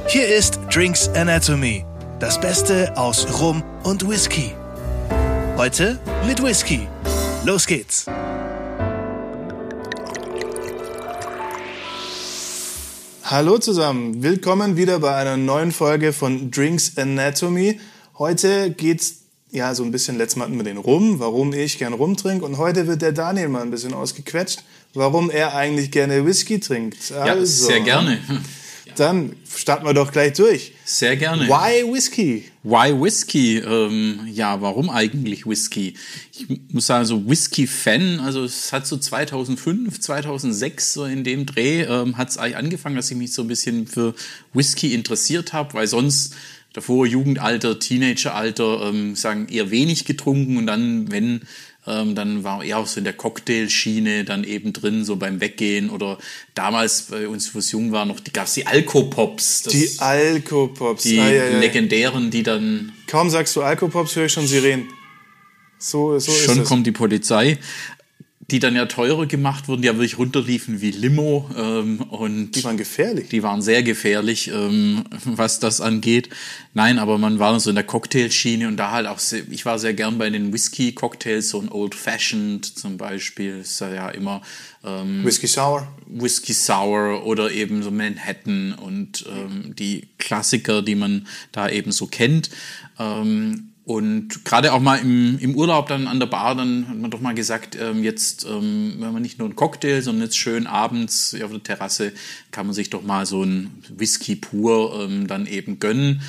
Hier ist Drinks Anatomy, das Beste aus Rum und Whisky. Heute mit Whisky. Los geht's! Hallo zusammen, willkommen wieder bei einer neuen Folge von Drinks Anatomy. Heute geht's ja so ein bisschen letztes Mal über den Rum, warum ich gern Rum trinke. Und heute wird der Daniel mal ein bisschen ausgequetscht, warum er eigentlich gerne Whisky trinkt. Also, ja, sehr gerne. Dann starten wir doch gleich durch. Sehr gerne. Why Whisky? Why Whisky? Warum eigentlich Whisky? Ich muss sagen, so Whisky-Fan, also es hat so 2005, 2006 so in dem Dreh hat es eigentlich angefangen, dass ich mich so ein bisschen für Whisky interessiert habe, weil sonst davor Jugendalter, Teenageralter, eher wenig getrunken und dann, wenn dann war eher auch so in der Cocktailschiene dann eben drin, so beim Weggehen oder damals bei uns, wo es jung war, gab's die Alkopops. Die Alkopops. Die legendären, die dann... Kaum sagst du Alkopops, höre ich schon Sirenen. So ist es. Schon kommt die Polizei. Die dann ja teurer gemacht wurden, die ja wirklich runterliefen wie Limo. Und die waren gefährlich. Die waren sehr gefährlich, was das angeht. Nein, aber man war so in der Cocktailschiene und da halt auch ich war sehr gern bei den Whisky-Cocktails, so ein Old Fashioned zum Beispiel, ist ja immer Whisky Sour oder eben so Manhattan und die Klassiker, die man da eben so kennt. Und gerade auch mal im Urlaub dann an der Bar, dann hat man doch mal gesagt, wenn man nicht nur einen Cocktail, sondern jetzt schön abends auf der Terrasse, kann man sich doch mal so ein Whisky pur dann eben gönnen.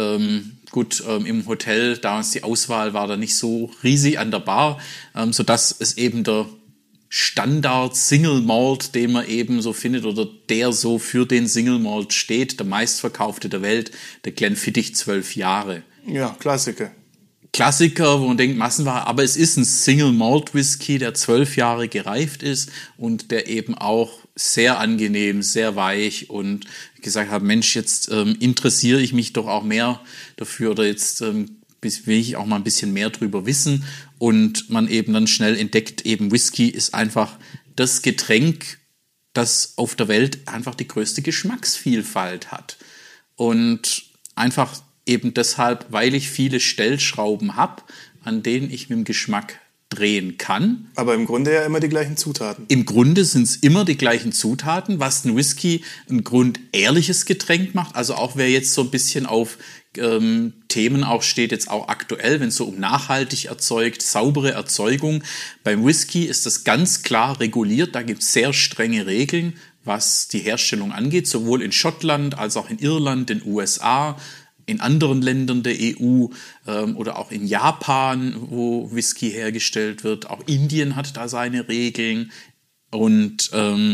Im Hotel, damals die Auswahl war da nicht so riesig an der Bar, sodass es eben der Standard Single Malt, den man eben so findet oder der so für den Single Malt steht, der meistverkaufte der Welt, der Glenfiddich 12 Jahre. Ja, Klassiker, wo man denkt, Massenware, aber es ist ein Single Malt Whisky, der 12 Jahre gereift ist und der eben auch sehr angenehm, sehr weich und gesagt hat, Mensch, jetzt interessiere ich mich doch auch mehr dafür oder jetzt will ich auch mal ein bisschen mehr drüber wissen und man eben dann schnell entdeckt, eben Whisky ist einfach das Getränk, das auf der Welt einfach die größte Geschmacksvielfalt hat und einfach eben deshalb, weil ich viele Stellschrauben habe, an denen ich mit dem Geschmack drehen kann. Aber im Grunde ja immer die gleichen Zutaten. Im Grunde sind es immer die gleichen Zutaten, was ein Whisky ein grundehrliches Getränk macht. Also auch wer jetzt so ein bisschen auf Themen auch steht, jetzt auch aktuell, wenn es so um nachhaltig erzeugt, saubere Erzeugung. Beim Whisky ist das ganz klar reguliert. Da gibt es sehr strenge Regeln, was die Herstellung angeht, sowohl in Schottland als auch in Irland, den USA, in anderen Ländern der EU oder auch in Japan, wo Whisky hergestellt wird. Auch Indien hat da seine Regeln. Und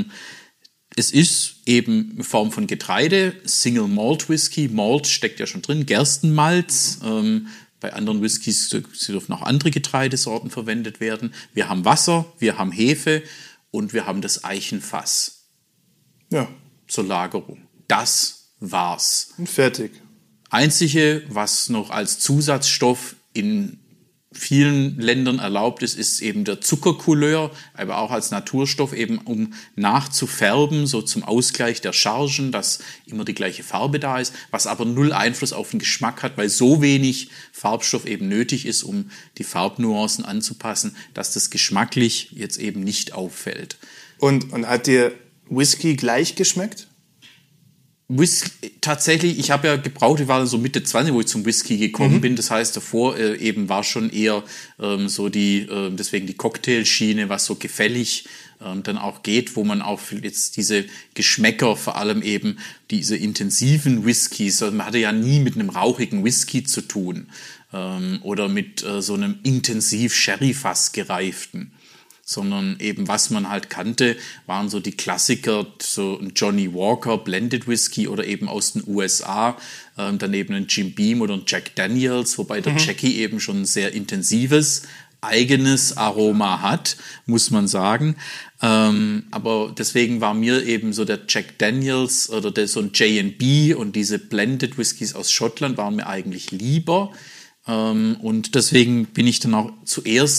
es ist eben in Form von Getreide, Single Malt Whisky. Malt steckt ja schon drin, Gerstenmalz. Bei anderen Whiskys dürfen auch andere Getreidesorten verwendet werden. Wir haben Wasser, wir haben Hefe und wir haben das Eichenfass zur Lagerung. Das war's. Und fertig. Einzige, was noch als Zusatzstoff in vielen Ländern erlaubt ist, ist eben der Zuckercouleur, aber auch als Naturstoff eben, um nachzufärben, so zum Ausgleich der Chargen, dass immer die gleiche Farbe da ist, was aber null Einfluss auf den Geschmack hat, weil so wenig Farbstoff eben nötig ist, um die Farbnuancen anzupassen, dass das geschmacklich jetzt eben nicht auffällt. Und hat dir Whisky gleich geschmeckt? Tatsächlich, ich habe ja gebraucht, ich war dann so Mitte 20, wo ich zum Whisky gekommen bin. Das heißt, davor eben war schon eher so deswegen die Cocktailschiene, was so gefällig dann auch geht, wo man auch jetzt diese Geschmäcker, vor allem eben diese intensiven Whiskys, also man hatte ja nie mit einem rauchigen Whisky zu tun oder mit so einem intensiv Sherryfass gereiften. Sondern eben, was man halt kannte, waren so die Klassiker, so ein Johnny Walker Blended Whisky oder eben aus den USA, daneben ein Jim Beam oder ein Jack Daniels, wobei der Jackie eben schon ein sehr intensives, eigenes Aroma hat, muss man sagen. Aber deswegen war mir eben so der Jack Daniels oder so ein J&B und diese Blended Whiskys aus Schottland waren mir eigentlich lieber. Und deswegen bin ich dann auch zuerst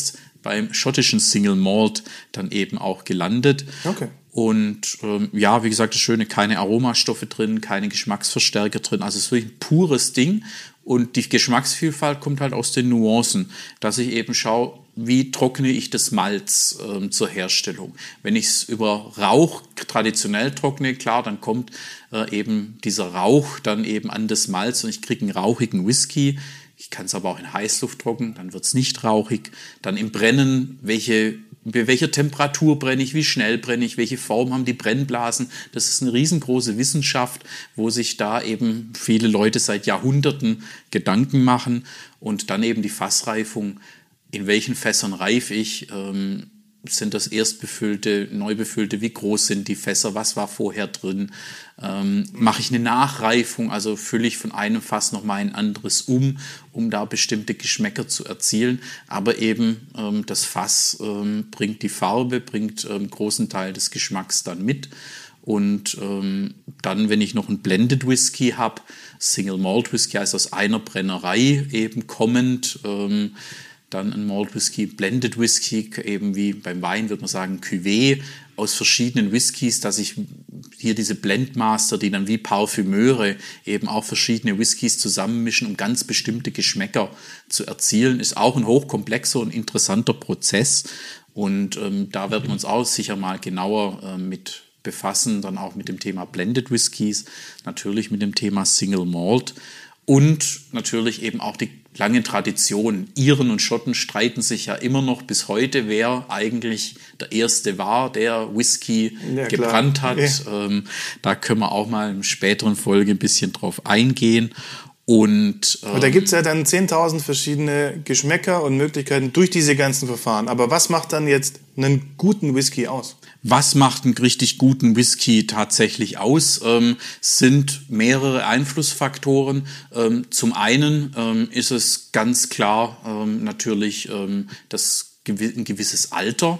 beim schottischen Single Malt dann eben auch gelandet. Okay. Und ja, wie gesagt, das Schöne, keine Aromastoffe drin, keine Geschmacksverstärker drin. Also es ist wirklich ein pures Ding. Und die Geschmacksvielfalt kommt halt aus den Nuancen, dass ich eben schaue, wie trockne ich das Malz zur Herstellung. Wenn ich es über Rauch traditionell trockne, klar, dann kommt eben dieser Rauch dann eben an das Malz und ich kriege einen rauchigen Whisky. Ich kann es aber auch in Heißluft trocknen, dann wird es nicht rauchig. Dann im Brennen, bei welcher Temperatur brenne ich, wie schnell brenne ich, welche Form haben die Brennblasen. Das ist eine riesengroße Wissenschaft, wo sich da eben viele Leute seit Jahrhunderten Gedanken machen. Und dann eben die Fassreifung, in welchen Fässern reife ich, sind das erstbefüllte, neubefüllte, wie groß sind die Fässer, was war vorher drin, mache ich eine Nachreifung, also fülle ich von einem Fass nochmal ein anderes um da bestimmte Geschmäcker zu erzielen, aber eben das Fass bringt die Farbe, bringt einen großen Teil des Geschmacks dann mit. Und dann, wenn ich noch einen Blended Whisky habe, Single Malt Whisky, also aus einer Brennerei eben kommend, dann ein Malt Whisky, Blended Whisky, eben wie beim Wein würde man sagen Cuvée aus verschiedenen Whiskys, dass ich hier diese Blendmaster, die dann wie Parfümeure eben auch verschiedene Whiskys zusammenmischen, um ganz bestimmte Geschmäcker zu erzielen, ist auch ein hochkomplexer und interessanter Prozess. Und da werden wir uns auch sicher mal genauer mit befassen, dann auch mit dem Thema Blended Whiskys, natürlich mit dem Thema Single Malt und natürlich eben auch die lange Tradition. Iren und Schotten streiten sich ja immer noch bis heute, wer eigentlich der Erste war, der Whisky gebrannt hat. Ja. Da können wir auch mal in späteren Folge ein bisschen drauf eingehen. Und da gibt es ja dann 10.000 verschiedene Geschmäcker und Möglichkeiten durch diese ganzen Verfahren. Aber was macht dann jetzt einen guten Whisky aus? Was macht einen richtig guten Whisky tatsächlich aus? Sind mehrere Einflussfaktoren. Zum einen ist es ganz klar natürlich ein gewisses Alter.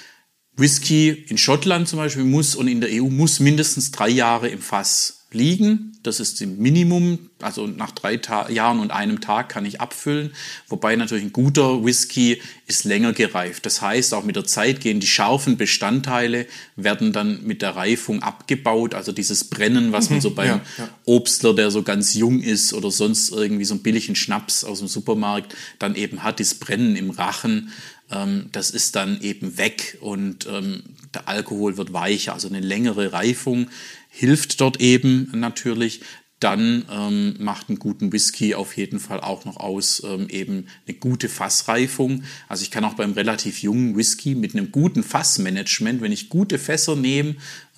Whisky in Schottland zum Beispiel muss und in der EU muss mindestens 3 Jahre im Fass liegen. Das ist das Minimum. Also nach 3 Jahren und einem Tag kann ich abfüllen. Wobei natürlich ein guter Whisky ist länger gereift. Das heißt, auch mit der Zeit gehen die scharfen Bestandteile, werden dann mit der Reifung abgebaut. Also dieses Brennen, was man so beim Obstler, der so ganz jung ist oder sonst irgendwie so einen billigen Schnaps aus dem Supermarkt dann eben hat, das Brennen im Rachen, das ist dann eben weg und der Alkohol wird weicher. Also eine längere Reifung hilft dort eben natürlich. Dann macht einen guten Whisky auf jeden Fall auch noch aus eben eine gute Fassreifung. Also ich kann auch beim relativ jungen Whisky mit einem guten Fassmanagement, wenn ich gute Fässer nehme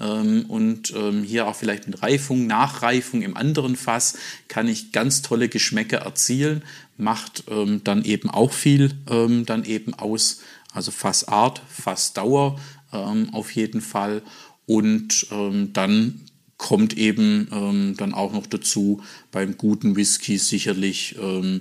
und hier auch vielleicht mit Reifung, Nachreifung im anderen Fass, kann ich ganz tolle Geschmäcker erzielen. Macht dann eben auch viel dann eben aus. Also Fassart, Fassdauer auf jeden Fall. Und dann kommt eben dann auch noch dazu beim guten Whisky sicherlich,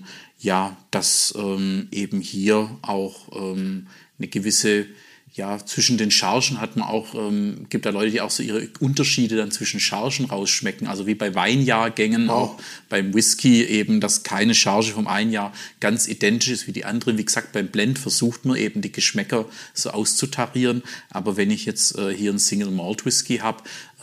dass eben hier auch eine gewisse, zwischen den Chargen hat man auch, gibt da Leute, die auch so ihre Unterschiede dann zwischen Chargen rausschmecken, also wie bei Weinjahrgängen, auch beim Whisky eben, dass keine Charge vom einen Jahr ganz identisch ist wie die andere. Wie gesagt, beim Blend versucht man eben die Geschmäcker so auszutarieren, aber wenn ich jetzt hier einen Single Malt Whisky habe,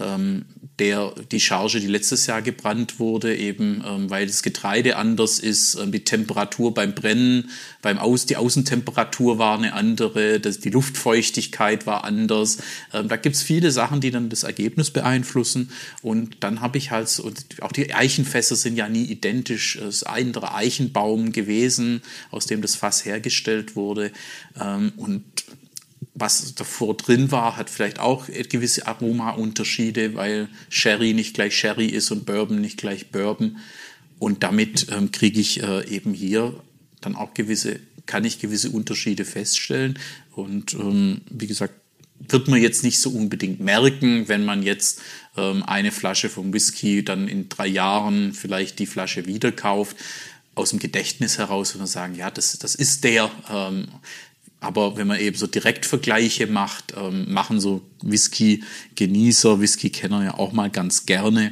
die Charge, die letztes Jahr gebrannt wurde, eben weil das Getreide anders ist, die Temperatur beim Brennen, die Außentemperatur war eine andere, die Luftfeuchtigkeit war anders. Da gibt's viele Sachen, die dann das Ergebnis beeinflussen. Und dann habe ich halt, auch die Eichenfässer sind ja nie identisch. Es ist ein anderer Eichenbaum gewesen, aus dem das Fass hergestellt wurde. Und was davor drin war, hat vielleicht auch gewisse Aromaunterschiede, weil Sherry nicht gleich Sherry ist und Bourbon nicht gleich Bourbon. Und damit kriege ich eben hier dann auch kann ich gewisse Unterschiede feststellen. Und wie gesagt, wird man jetzt nicht so unbedingt merken, wenn man jetzt eine Flasche vom Whisky dann in 3 Jahren vielleicht die Flasche wieder kauft. Aus dem Gedächtnis heraus würde man sagen, ja, das ist der. Aber wenn man eben so Direktvergleiche macht, machen so Whisky-Genießer, Whisky-Kenner ja auch mal ganz gerne,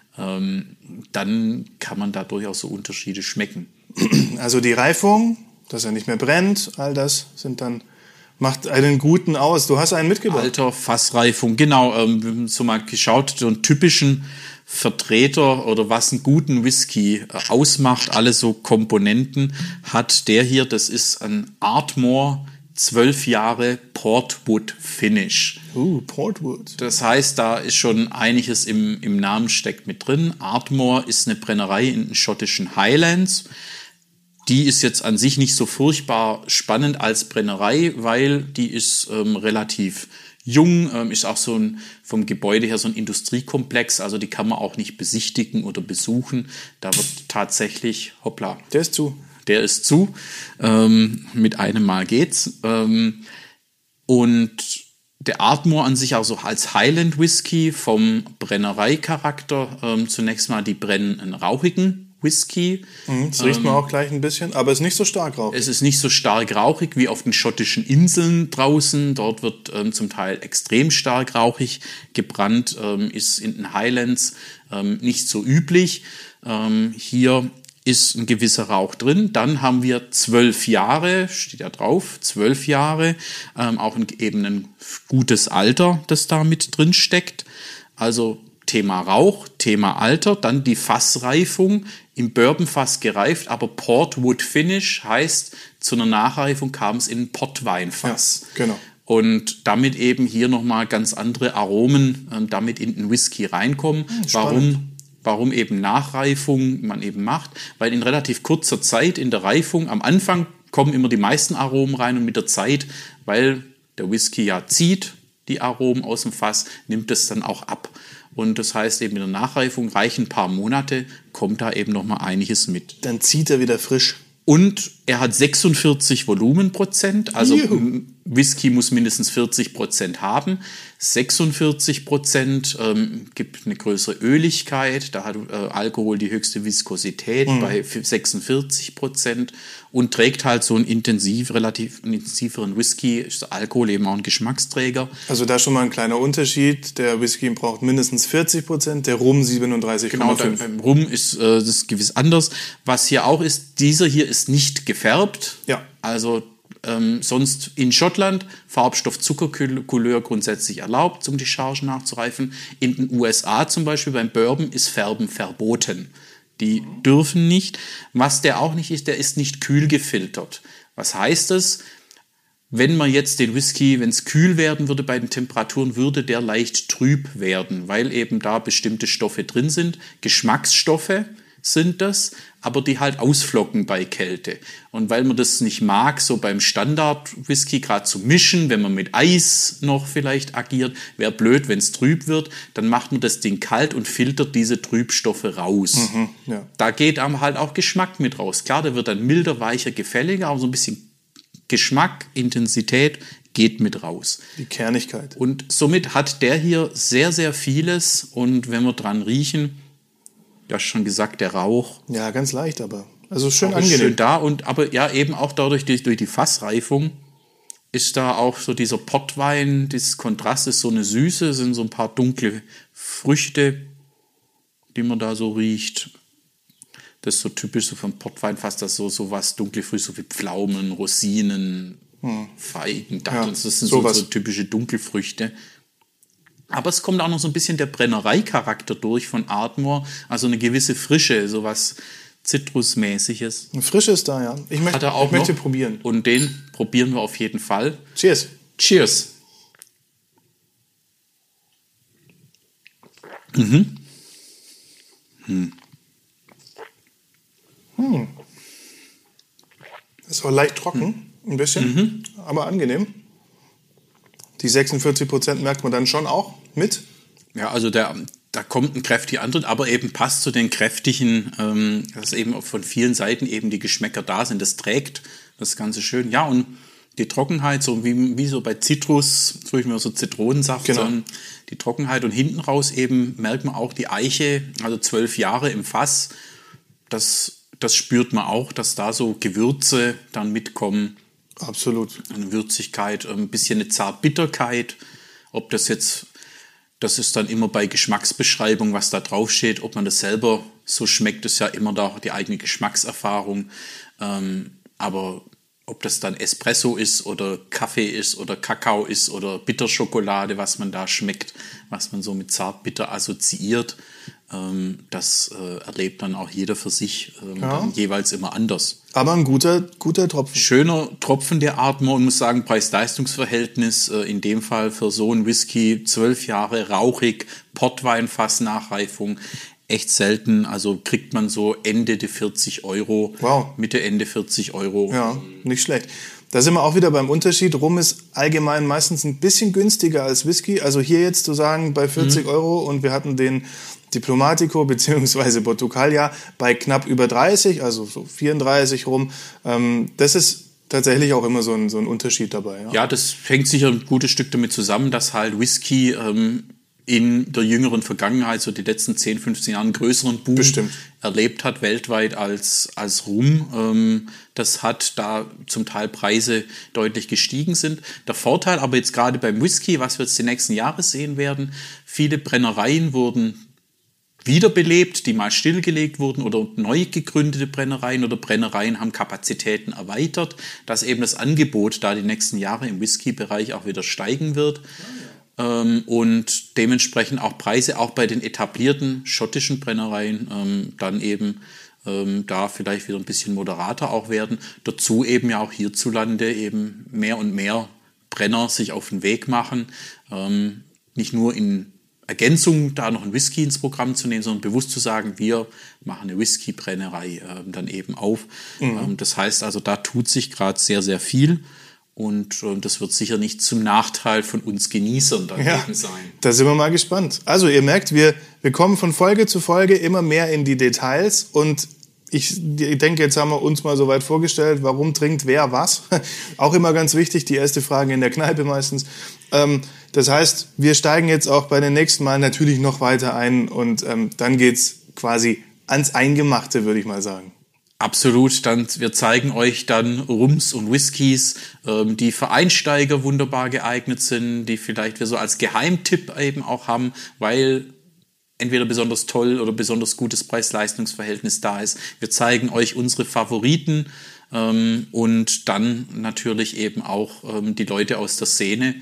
dann kann man da durchaus so Unterschiede schmecken. Also die Reifung, dass er nicht mehr brennt, all das sind dann macht einen guten aus? Du hast einen mitgebracht. Alter, Fassreifung, genau. Wir haben so mal geschaut, so einen typischen Vertreter oder was einen guten Whisky ausmacht, alle so Komponenten hat der hier. Das ist ein Ardmore 12 Jahre Portwood Finish. Portwood. Das heißt, da ist schon einiges im Namen steckt mit drin. Ardmore ist eine Brennerei in den schottischen Highlands. Die ist jetzt an sich nicht so furchtbar spannend als Brennerei, weil die ist relativ jung, ist auch vom Gebäude her so ein Industriekomplex, also die kann man auch nicht besichtigen oder besuchen. Da wird tatsächlich, hoppla. Der ist zu. Der ist zu. Mit einem Mal geht's. Und der Ardmore an sich, also als Highland Whisky vom Brennereicharakter, zunächst mal die brennen einen rauchigen Whisky. Das riecht man auch gleich ein bisschen, aber es ist nicht so stark rauchig. Es ist nicht so stark rauchig wie auf den schottischen Inseln draußen. Dort wird zum Teil extrem stark rauchig gebrannt, ist in den Highlands nicht so üblich. Hier ist ein gewisser Rauch drin. Dann haben wir 12 Jahre, steht ja drauf, 12 Jahre, auch eben ein gutes Alter, das da mit drin steckt. Also Thema Rauch, Thema Alter, dann die Fassreifung, im Bourbonfass gereift, aber Portwood Finish heißt, zu einer Nachreifung kam es in ein Portweinfass. Ja, genau. Und damit eben hier nochmal ganz andere Aromen damit in den Whisky reinkommen. Warum eben Nachreifung man eben macht? Weil in relativ kurzer Zeit in der Reifung, am Anfang kommen immer die meisten Aromen rein und mit der Zeit, weil der Whisky ja zieht, die Aromen aus dem Fass, nimmt es dann auch ab. Und das heißt eben in der Nachreifung reichen ein paar Monate, kommt da eben nochmal einiges mit. Dann zieht er wieder frisch. Und er hat 46 Volumenprozent, also Juhu. Whisky muss mindestens 40% haben. 46% gibt eine größere Öligkeit, da hat Alkohol die höchste Viskosität bei 46% und trägt halt so einen relativ intensiveren Whisky, ist Alkohol eben auch ein Geschmacksträger. Also da schon mal ein kleiner Unterschied, der Whisky braucht mindestens 40%, der Rum 37,5%. Genau, beim Rum ist das gewiss anders. Was hier auch ist, dieser hier ist nicht gefärbt, Ja. also sonst in Schottland Farbstoff Zuckercouleur grundsätzlich erlaubt, um die Chargen nachzureifen. In den USA zum Beispiel beim Bourbon ist Färben verboten. Die dürfen nicht. Was der auch nicht ist, der ist nicht kühl gefiltert. Was heißt das? Wenn man jetzt den Whisky, wenn es kühl werden würde bei den Temperaturen, würde der leicht trüb werden, weil eben da bestimmte Stoffe drin sind. Geschmacksstoffe sind das, aber die halt ausflocken bei Kälte. Und weil man das nicht mag, so beim Standard-Whisky gerade zu mischen, wenn man mit Eis noch vielleicht agiert, wäre blöd, wenn es trüb wird, dann macht man das Ding kalt und filtert diese Trübstoffe raus. Ja. Da geht aber halt auch Geschmack mit raus. Klar, der wird dann milder, weicher, gefälliger, aber so ein bisschen Geschmack, Intensität geht mit raus. Die Kernigkeit. Und somit hat der hier sehr, sehr vieles und wenn wir dran riechen, ja, schon gesagt, der Rauch. Ja, ganz leicht, aber also schön Ist angenehm. schön da aber ja, eben auch dadurch, durch die Fassreifung ist da auch so dieser Portwein, dieses Kontrast ist so eine Süße, sind so ein paar dunkle Früchte, die man da so riecht. Das ist so typisch so vom Portweinfass, dass so was dunkle Früchte, so wie Pflaumen, Rosinen, Feigen, Datteln, das sind so typische Dunkelfrüchte. Aber es kommt auch noch so ein bisschen der Brennereicharakter durch von Ardmore, also eine gewisse Frische, sowas Zitrusmäßiges. Ein frisches da, ja. Ich möchte probieren. Und den probieren wir auf jeden Fall. Cheers. Cheers. Ist auch leicht trocken, ein bisschen, aber angenehm. Die 46% merkt man dann schon auch mit. Ja, also da kommt ein kräftiger Antritt, aber eben passt zu den kräftigen, dass eben von vielen Seiten eben die Geschmäcker da sind. Das trägt das Ganze schön. Ja, und die Trockenheit, so wie so bei Zitrus, so ich mir so Zitronensaft, genau. Die Trockenheit und hinten raus eben merkt man auch die Eiche, also 12 Jahre im Fass. Das spürt man auch, dass da so Gewürze dann mitkommen. Absolut. Eine Würzigkeit, ein bisschen eine Zartbitterkeit. Ob das jetzt, das ist dann immer bei Geschmacksbeschreibung, was da draufsteht. Ob man das selber so schmeckt, ist ja immer da die eigene Geschmackserfahrung. Aber ob das dann Espresso ist oder Kaffee ist oder Kakao ist oder Bitterschokolade, was man da schmeckt, was man so mit Zartbitter assoziiert, das erlebt dann auch jeder für sich dann jeweils immer anders. Aber ein guter Tropfen. Schöner Tropfen der Art, man muss sagen, Preis-Leistungs-Verhältnis in dem Fall für so einen Whisky, 12 Jahre, rauchig, Portweinfass-Nachreifung, echt selten, also kriegt man so Ende die 40 €, Mitte, Ende 40 €. Ja, nicht schlecht. Da sind wir auch wieder beim Unterschied. Rum ist allgemein meistens ein bisschen günstiger als Whisky. Also hier jetzt zu sagen, bei 40 € und wir hatten den Diplomatico bzw. Botucalia bei knapp über 30, also so 34 rum. Das ist tatsächlich auch immer so ein Unterschied dabei. Ja, das hängt sicher ein gutes Stück damit zusammen, dass halt Whisky in der jüngeren Vergangenheit, so die letzten 10, 15 Jahre, einen größeren Boom erlebt hat weltweit als Rum. Das hat da zum Teil Preise deutlich gestiegen sind. Der Vorteil aber jetzt gerade beim Whisky, was wir jetzt die nächsten Jahre sehen werden, viele Brennereien wurden wiederbelebt, die mal stillgelegt wurden oder neu gegründete Brennereien oder Brennereien haben Kapazitäten erweitert, dass eben das Angebot da die nächsten Jahre im Whisky-Bereich auch wieder steigen wird. Und dementsprechend auch Preise auch bei den etablierten schottischen Brennereien dann eben da vielleicht wieder ein bisschen moderater auch werden. Dazu eben ja auch hierzulande eben mehr und mehr Brenner sich auf den Weg machen, nicht nur in Ergänzung da noch ein Whisky ins Programm zu nehmen, sondern bewusst zu sagen, wir machen eine Whisky-Brennerei dann eben auf. Das heißt also, da tut sich gerade sehr, sehr viel. Und das wird sicher nicht zum Nachteil von uns Genießern dann eben sein. Da sind wir mal gespannt. Also ihr merkt, wir kommen von Folge zu Folge immer mehr in die Details. Und ich denke, jetzt haben wir uns mal so weit vorgestellt, warum trinkt wer was. Auch immer ganz wichtig, die erste Frage in der Kneipe meistens. Das heißt, wir steigen jetzt auch bei den nächsten Mal natürlich noch weiter ein. Und dann geht's quasi ans Eingemachte, würde ich mal sagen. Absolut, wir zeigen euch dann Rums und Whiskys, die für Einsteiger wunderbar geeignet sind, die vielleicht wir so als Geheimtipp eben auch haben, weil entweder besonders toll oder besonders gutes Preis-Leistungs-Verhältnis da ist. Wir zeigen euch unsere Favoriten und dann natürlich eben auch die Leute aus der Szene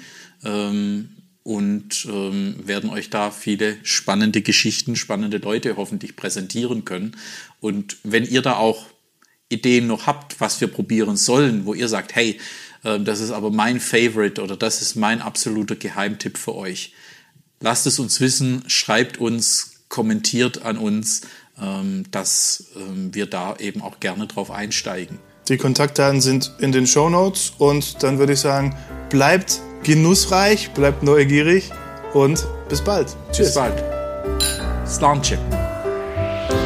und werden euch da viele spannende Geschichten, spannende Leute hoffentlich präsentieren können. Und wenn ihr da auch Ideen noch habt, was wir probieren sollen, wo ihr sagt, hey, das ist aber mein Favorite oder das ist mein absoluter Geheimtipp für euch, lasst es uns wissen, schreibt uns, kommentiert an uns, dass wir da eben auch gerne drauf einsteigen. Die Kontaktdaten sind in den Shownotes und dann würde ich sagen, bleibt genussreich, bleibt neugierig und bis bald. Tschüss. Bis bald. Slanche.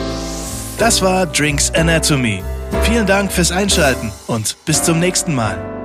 Das war Drinks Anatomy. Vielen Dank fürs Einschalten und bis zum nächsten Mal.